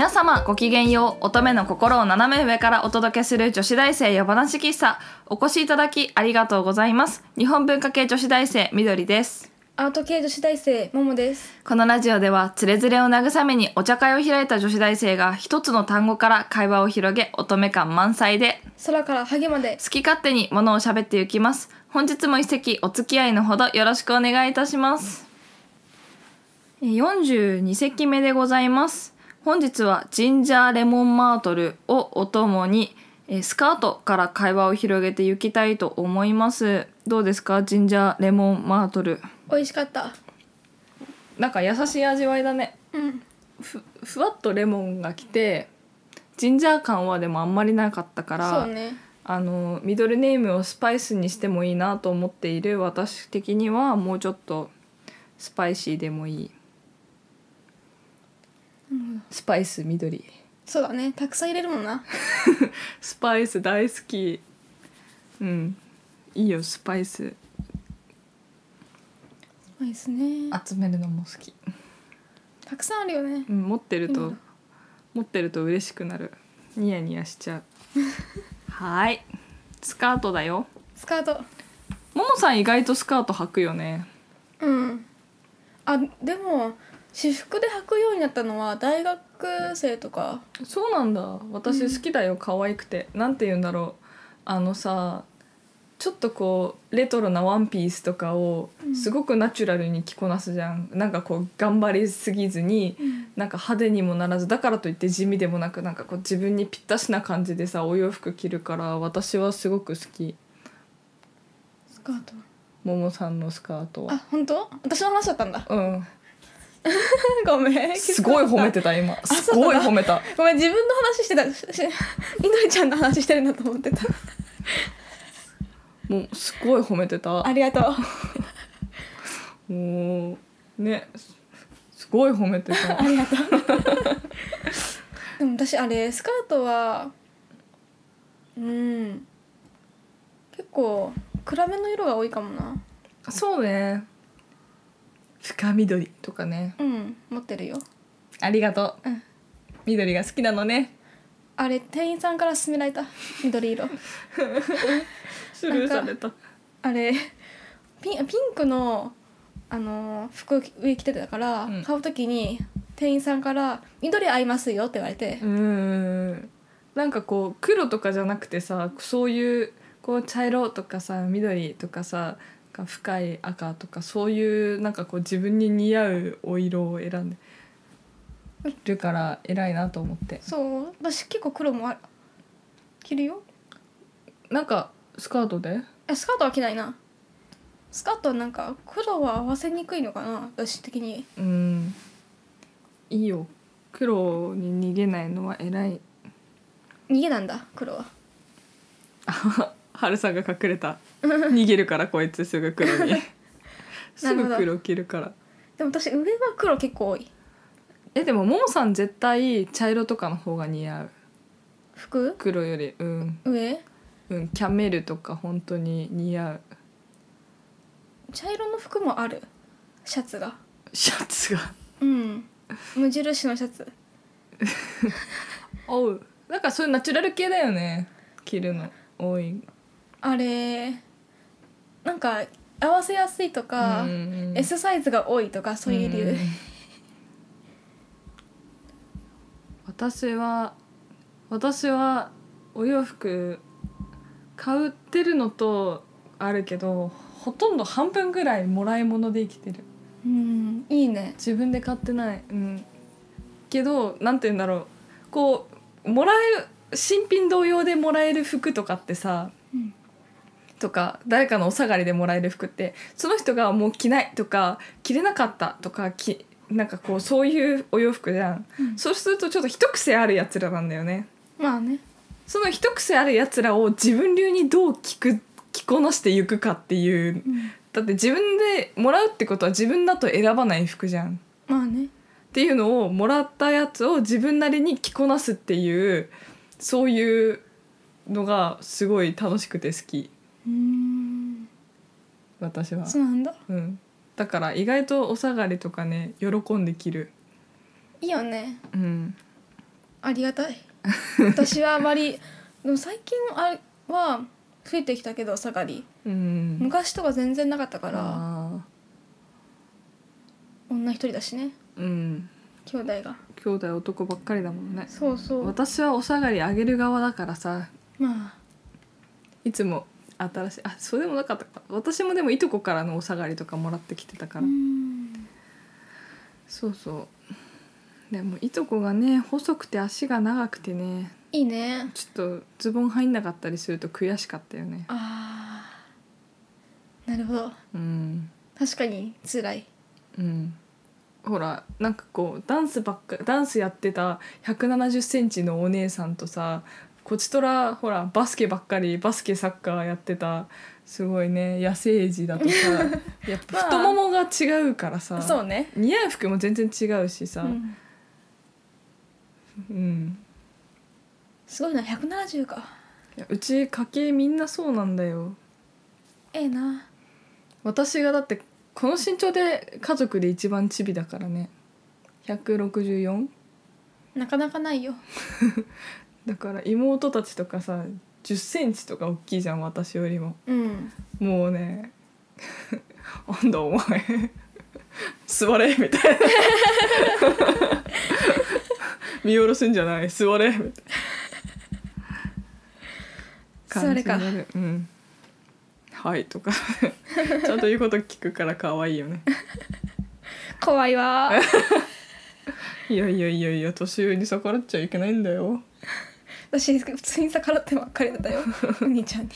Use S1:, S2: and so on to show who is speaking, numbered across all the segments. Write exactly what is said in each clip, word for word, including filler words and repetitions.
S1: 皆様ごきげんよう。乙女の心を斜め上からお届けする女子大生夜話喫茶、お越しいただきありがとうございます。日本文化系女子大生みどりです。
S2: アート系女子大生ももです。
S1: このラジオではつれづれを慰めにお茶会を開いた女子大生が一つの単語から会話を広げ、乙女感満載で
S2: 空からハゲまで
S1: 好き勝手にものを喋っていきます。本日も一席お付き合いのほどよろしくお願いいたします。よんじゅうに席目でございます。本日はジンジャーレモンマートルをお供にスカートから会話を広げていきたいと思います。どうですか、ジンジャーレモンマートル。
S2: 美味しかった。
S1: なんか優しい味わいだね。
S2: うん。
S1: ふ, ふわっとレモンがきてジンジャー感はでもあんまりなかったから、
S2: そうね。
S1: あのミドルネームをスパイスにしてもいいなと思っている私的にはもうちょっとスパイシーでもいい、うん、スパイス緑。
S2: そうだね、たくさん入れるもんな
S1: スパイス大好き。うんいいよスパイス。
S2: スパイスね、
S1: 集めるのも好き。
S2: たくさんあるよね、
S1: うん、持ってると持ってると嬉しくなる。ニヤニヤしちゃうはいスカートだよ。
S2: スカート。
S1: ももさん意外とスカート履くよね。
S2: うんあでも私服で履くようになったのは大学生とか。
S1: そうなんだ。私好きだよ、うん、可愛くて。なんて言うんだろう、あのさちょっとこうレトロなワンピースとかをすごくナチュラルに着こなすじゃん、うん、なんかこう頑張りすぎずに、うん、なんか派手にもならず、だからといって地味でもなく、なんかこう自分にぴったしな感じでさお洋服着るから私はすごく好き。
S2: スカート
S1: ももさんのスカートは。
S2: あ、本当？私の話だったんだ。
S1: うん
S2: ごめん。
S1: すごい褒めてた今。すごい褒めた。
S2: ごめん、自分の話してた。みどりちゃんの話してるんだと思ってた。
S1: もうすごい褒めてた。
S2: ありがと
S1: う。もうね、すごい褒めてた。
S2: ありがとう。でも私あれスカートはうん結構暗めの色が多いかもな。
S1: そうね。深緑とかね。
S2: うん持ってるよ。
S1: ありがとう、うん、緑が好きなのね。
S2: あれ店員さんから勧められた緑色
S1: スルーされた。
S2: あれピン、ピンクの、あのー、服上着てたから、うん、買う時に店員さんから緑合いますよって言われて、
S1: うーんなんかこう黒とかじゃなくてさ、そういうこう茶色とかさ緑とかさ深い赤とかそういうなんかこう自分に似合うお色を選んでるから偉いなと思って。
S2: そう私結構黒もあ着るよ。
S1: なんかスカートで
S2: えスカートは着ないな。スカートはなんか黒は合わせにくいのかな私的に。
S1: うんいいよ、黒に逃げないのは偉い。
S2: 逃げなんだ黒は。
S1: はるさんが隠れた。逃げるからこいつすぐ黒にすぐ黒着るから。
S2: でも私上は黒結構多い。
S1: えでもももさん絶対茶色とかの方が似合う。
S2: 服
S1: 黒より。うん
S2: 上
S1: うんキャメルとか本当に似合う。
S2: 茶色の服もある。シャツが
S1: シャツが
S2: うん無印のシャツ
S1: おうなんかそういうナチュラル系だよね着るの多い。
S2: あれなんか合わせやすいとか、うんうん、S サイズが多いとかそういう理由、うん、
S1: 私は私はお洋服買ってるのとあるけどほとんど半分ぐらいもらい物で生きてる。
S2: うんいいね。
S1: 自分で買ってない、うん、けどなんて言うんだろう、こうもらえる新品同様でもらえる服とかってさ、うん、とか誰かのお下がりでもらえる服ってその人がもう着ないとか着れなかったとかきなんかこうそういうお洋服じゃん、うん、そうするとちょっと一癖あるやつらなんだよね。
S2: まあね。
S1: その一癖あるやつらを自分流にどう着く着こなしていくかっていう、うん、だって自分でもらうってことは自分だと選ばない服じゃん。
S2: まあね。
S1: っていうのをもらったやつを自分なりに着こなすっていうそういうのがすごい楽しくて好き。
S2: うーん
S1: 私は。
S2: そうなんだ、
S1: うん、だから意外とお下がりとかね喜んで着る。
S2: いいよね。
S1: うん
S2: ありがたい私はあまりでも最近あれは増えてきたけどお下がり、
S1: うん、
S2: 昔とか全然なかったから
S1: あ
S2: 女一人だしね、
S1: うん、
S2: 兄弟が
S1: 兄弟男ばっかりだもんね。
S2: そうそう、
S1: 私はお下がりあげる側だからさ、
S2: まあ
S1: いつも新しい、あ、そうでもなかったか。私もでもいとこからのお下がりとかもらってきてたから、
S2: うん、
S1: そうそう。でもいとこがね細くて足が長くてね、
S2: いいね。
S1: ちょっとズボン入んなかったりすると悔しかったよね。
S2: あー、なるほど。
S1: うん、
S2: 確かに辛い。
S1: うん、ほらなんかこうダンスばっかダンスやってたひゃくななじゅっセンチのお姉さんとさ、こちとらほらバスケばっかりバスケサッカーやってたすごいね野生児だとさやっぱ太ももが違うからさ、
S2: そうね、
S1: 似合う服も全然違うしさ、
S2: うん
S1: うん、
S2: すごいな、ひゃくななじゅうか。
S1: いやうち家系みんなそうなんだよ。
S2: ええな。
S1: 私がだってこの身長で家族で一番チビだからね。ひゃくろくじゅうよん
S2: なかなかないよ。
S1: だから妹たちとかさじゅっセンチとか大きいじゃん私よりも。
S2: うん
S1: もうねなんだお前座れみたいな見下ろすんじゃない座れみたいな感じになる。
S2: 座れか、
S1: うん、はいとかちゃんと言うこと聞くから可愛いよね。
S2: 怖いわ
S1: いやいやいやいや年上に逆らっちゃいけないんだよ。
S2: 私普通に逆らってばっかりだったよお兄ちゃんに。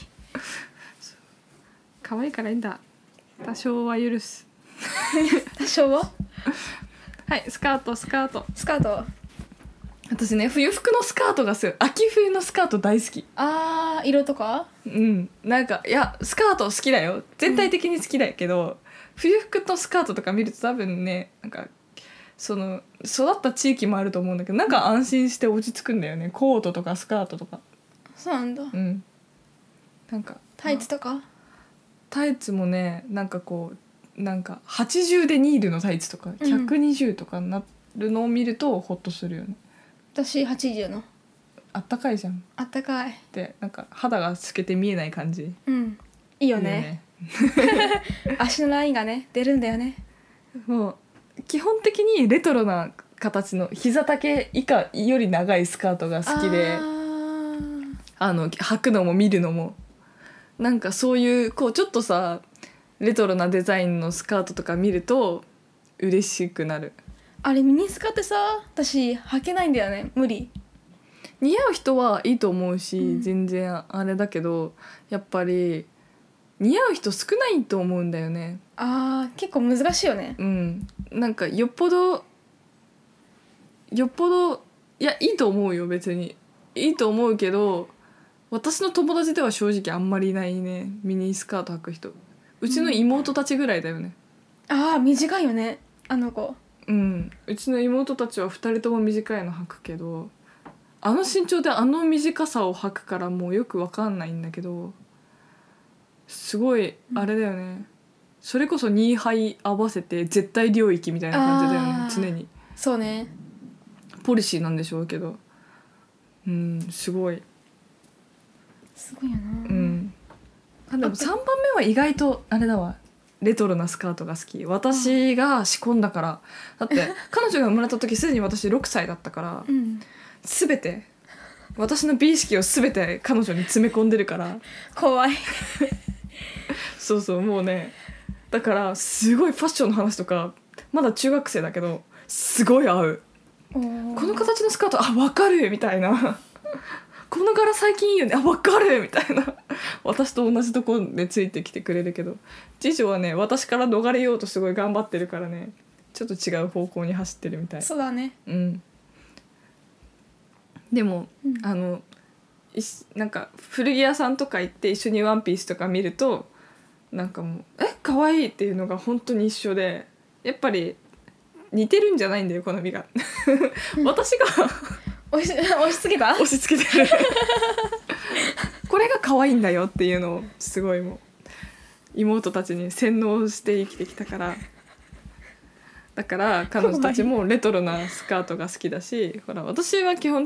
S1: 可愛いからいいんだ、多少は許す
S2: 多少は。
S1: はいスカートスカート
S2: スカート、
S1: 私ね冬服のスカートがする。秋冬のスカート大好き。
S2: あー、色とか。
S1: うんなんかいやスカート好きだよ全体的に好きだけど、うん、冬服とスカートとか見ると多分ねなんかその育った地域もあると思うんだけどなんか安心して落ち着くんだよね。コートとかスカートとか。
S2: そうなんだ。
S1: うんなんか
S2: タイツとか。
S1: タイツもねなんかこうなんかはちじゅうでニールのタイツとかひゃくにじゅうとかになるのを見るとホッとするよね。
S2: 私はちじゅうの
S1: あったかいじゃん。
S2: あったかい。
S1: でなんか肌が透けて見えない感じ。
S2: うんいいよね。いいよね足のラインがね出るんだよね。
S1: もう基本的にレトロな形の膝丈以下より長いスカートが好きで、ああの履くのも見るのもなんかそういうこうちょっとさレトロなデザインのスカートとか見ると嬉しくなる。
S2: あれミニスカってさ私履けないんだよね。無理。
S1: 似合う人はいいと思うし、
S2: うん、
S1: 全然あれだけどやっぱり似合う人少ないと思うんだよね。
S2: あー結構難しいよね。
S1: うんなんかよっぽどよっぽどいやいいと思うよ別にいいと思うけど私の友達では正直あんまりいないねミニスカート履く人。うちの妹たちぐらいだよね。
S2: うん、あー短いよねあの子。
S1: うんうちの妹たちはふたりとも短いの履くけどあの身長であの短さを履くからもうよくわかんないんだけどすごいあれだよね、うん、それこそニーハイ合わせて絶対領域みたいな感じだよね常に。
S2: そうね
S1: ポリシーなんでしょうけどうんすごい
S2: すごいよな。
S1: うんあでもさんばんめは意外とあれだわレトロなスカートが好き。私が仕込んだからだって彼女が生まれた時すでに私ろくさいだったから、うん、全て私の美意識を全て彼女に詰め込んでるから
S2: 怖い
S1: そうそうもうねだからすごいファッションの話とかまだ中学生だけどすごい合う。この形のスカートあ分かるみたいなこの柄最近いいよねあ分かるみたいな私と同じとこでついてきてくれるけど次女はね私から逃れようとすごい頑張ってるからねちょっと違う方向に走ってるみたい。
S2: そうだね
S1: うんでも、
S2: うん、
S1: あのなんか古着屋さんとか行って一緒にワンピースとか見るとなんかもうえ可愛いっていうのが本当に一緒でやっぱり似てるんじゃないんだよ好みが私が
S2: 押し、押し付けた
S1: 押し付けてるこれが可愛いんだよっていうのをすごいもう妹たちに洗脳して生きてきたからだから彼女たちもレトロなスカートが好きだしほら私は基本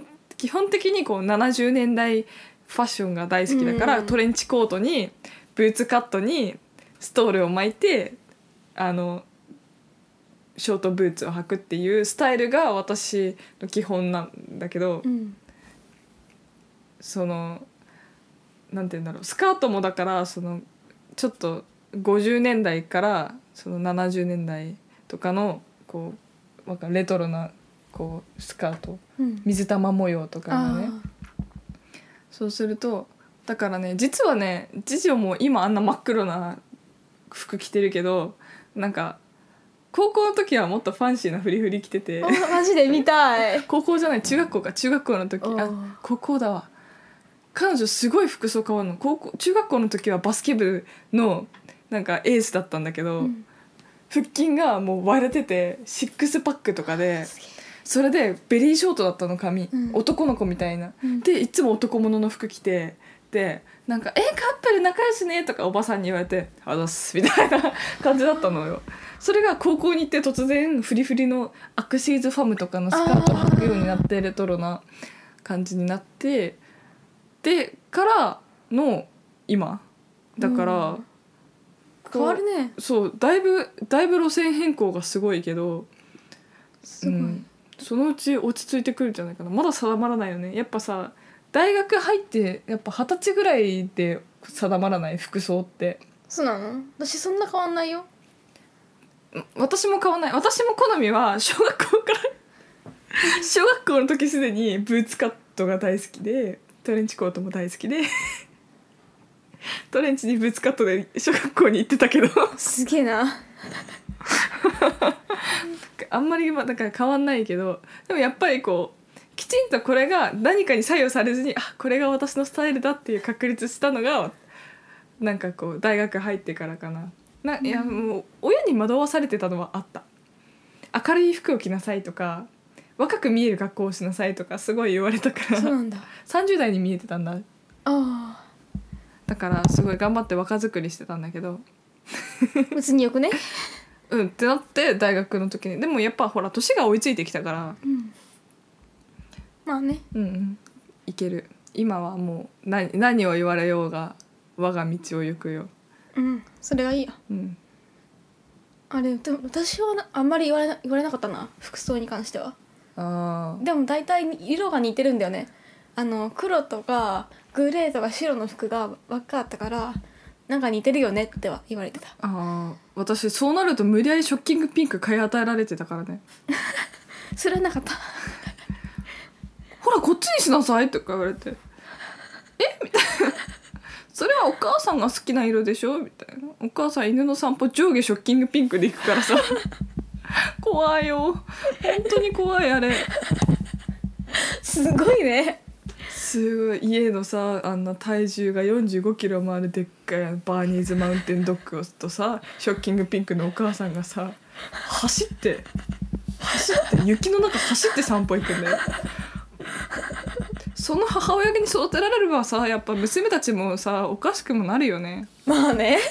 S1: 基本的にこうななじゅうねんだいファッションが大好きだから、
S2: うん、
S1: トレンチコートにブーツカットにストールを巻いてあのショートブーツを履くっていうスタイルが私の基本なんだけど、
S2: うん、
S1: そのなんて言うんだろう、スカートもだからそのちょっとごじゅうねんだいからそのななじゅうねんだいとかのこうわかるレトロなこうスカート、
S2: うん、
S1: 水玉模様とかがね、そうするとだからね、実はね次女も今あんな真っ黒な服着てるけど、なんか高校の時はもっとファンシーなフリフリ着てて
S2: マジで見たい
S1: 高校じゃない中学校か、中学校の時、あ高校だわ、彼女すごい服装変わるの。高校中学校の時はバスケ部のなんかエースだったんだけど、うん、腹筋がもう割れててシックスパックとかで、それでベリーショートだったの髪、うん、男の子みたいな、うん、でいつも男物の服着て、でなんか「えカップル仲良しね」とかおばさんに言われて「あざっす」みたいな感じだったのよ。それが高校に行って突然フリフリのアクシーズファムとかのスカートを履くようになって、レトロな感じになって、でからの今だから、うん、
S2: 変わるね。
S1: そうだいぶだいぶ路線変更がすごいけど、
S2: すごい、うん、
S1: そのうち落ち着いてくるんじゃないかな。まだ定まらないよね。やっぱさ大学入ってやっぱ二十歳ぐらいで定まらない服装って。
S2: そうなの？私そんな変わんないよ。
S1: 私も変わんない。私も好みは小学校から小学校の時すでにブーツカットが大好きで、トレンチコートも大好きでトレンチにブーツカットで小学校に行ってたけど
S2: すげえな
S1: あんまりだから変わんないけど、でもやっぱりこうきちんとこれが何かに左右されずに、あこれが私のスタイルだっていう確立したのがなんかこう大学入ってからかな。な、いやもう親に惑わされてたのはあった。明るい服を着なさいとか若く見える格好をしなさいとかすごい言われたから。
S2: そうなんだ。
S1: さんじゅう代に見えてたんだ。
S2: あ
S1: だからすごい頑張って若作りしてたんだけど
S2: 別によくね
S1: うんってなって大学の時に。でもやっぱほら年が追いついてきたから、
S2: うん、まあね、
S1: うんうん、いける。今はもう 何, 何を言われようが我が道を行くよ。
S2: うん、それがいいや、うん、あれでも私はあんまり言われな、言われなかったな、服装に関しては。
S1: あ
S2: でも大体色が似てるんだよね。あの黒とかグレーとか白の服がばっかだったから、なんか似てるよねっては言われてた。
S1: あ、私そうなると無理やりショッキングピンク買い与えられてたからね
S2: それはなかった
S1: ほらこっちにしなさいとか言われてえみたいなそれはお母さんが好きな色でしょみたいな。お母さん犬の散歩上下ショッキングピンクで行くからさ怖いよ本当に怖い。あれ
S2: すごいね。
S1: すごい。家のさあんな体重がよんじゅうごキロもあるでっかいバーニーズマウンテンドッグとさショッキングピンクのお母さんがさ走って走って雪の中走って散歩行くんだよその母親に育てられればさやっぱ娘たちもさおかしくもなるよね。
S2: まあね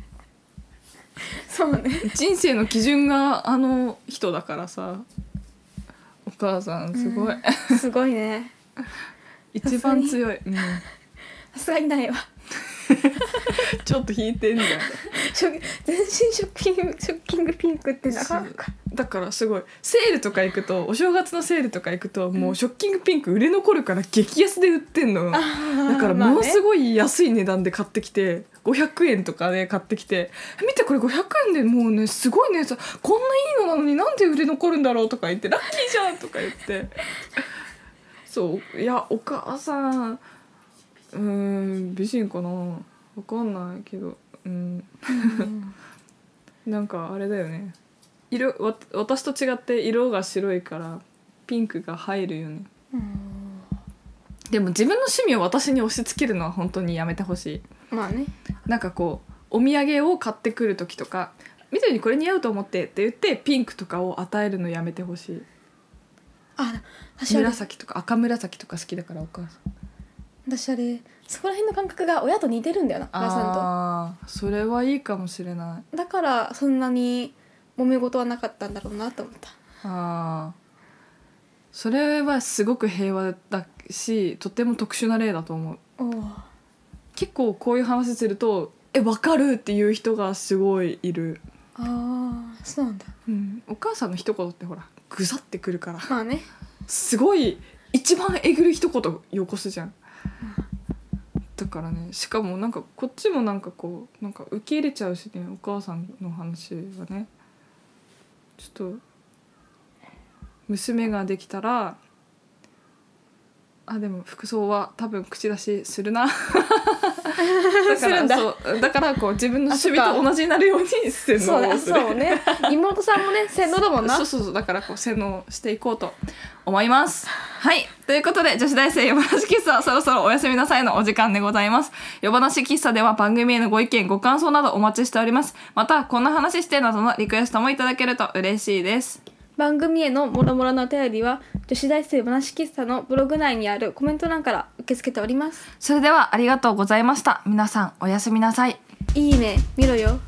S2: そうね、
S1: 人生の基準があの人だからさお母さんすごい、
S2: うん、すごいね
S1: 一番強い。
S2: さすがにないわ
S1: ちょっと引いてんじゃん
S2: 全身ショッキングショッキングピンクってなかなか。
S1: だからすごいセールとか行くとお正月のセールとか行くともうショッキングピンク売れ残るから激安で売ってんの。だからものすごい安い値段で買ってきてごひゃくえんとかで買ってきて、見てこれごひゃくえんでもうねすごいね、こんないいのなのになんで売れ残るんだろうとか言ってラッキーじゃんとか言ってそういやお母さんうーん美人かなわかんないけど、うん、なんかあれだよね、色わ私と違って色が白いからピンクが入るよね。うん、でも自分の趣味を私に押し付けるのは本当にやめてほしい。
S2: まあね、なん
S1: かこうお土産を買ってくる時とか緑にこれ似合うと思ってって言ってピンクとかを与えるのやめてほしい。
S2: あ、
S1: 紫とか赤紫とか好きだからお母さん。
S2: 私あれそこら辺の感覚が親と似てるんだよな、母さんと。
S1: ああ、それはいいかもしれない。
S2: だからそんなに揉め事はなかったんだろうなと思った。
S1: ああ、それはすごく平和だしとても特殊な例だと思う。
S2: お
S1: 結構こういう話するとえ分かるっていう人がすごいいる。
S2: ああそうなんだ、
S1: うん、お母さんの一言ってほらグザってくるから
S2: まあね
S1: すごい一番えぐる一言よこすじゃん、うん、だからねしかもなんかこっちもなんかこうなんか受け入れちゃうしねお母さんの話はね。ちょっと娘ができたらあでも服装は多分口出しするなだからそうだからこう自分の趣味と同じになるように洗脳をする。
S2: そうね妹さんもね洗脳だもんな。
S1: そうそうそうだからこう洗脳していこうと思います。はいということで女子大生夜話喫茶そろそろおやすみなさいのお時間でございます。夜話喫茶では番組へのご意見ご感想などお待ちしております。またこんな話してなどのリクエストもいただけると嬉しいです。
S2: 番組へのもろもろのお便りは女子大生話喫茶のブログ内にあるコメント欄から受け付けております。
S1: それではありがとうございました。皆さんおやすみなさい。
S2: いいね見ろよ。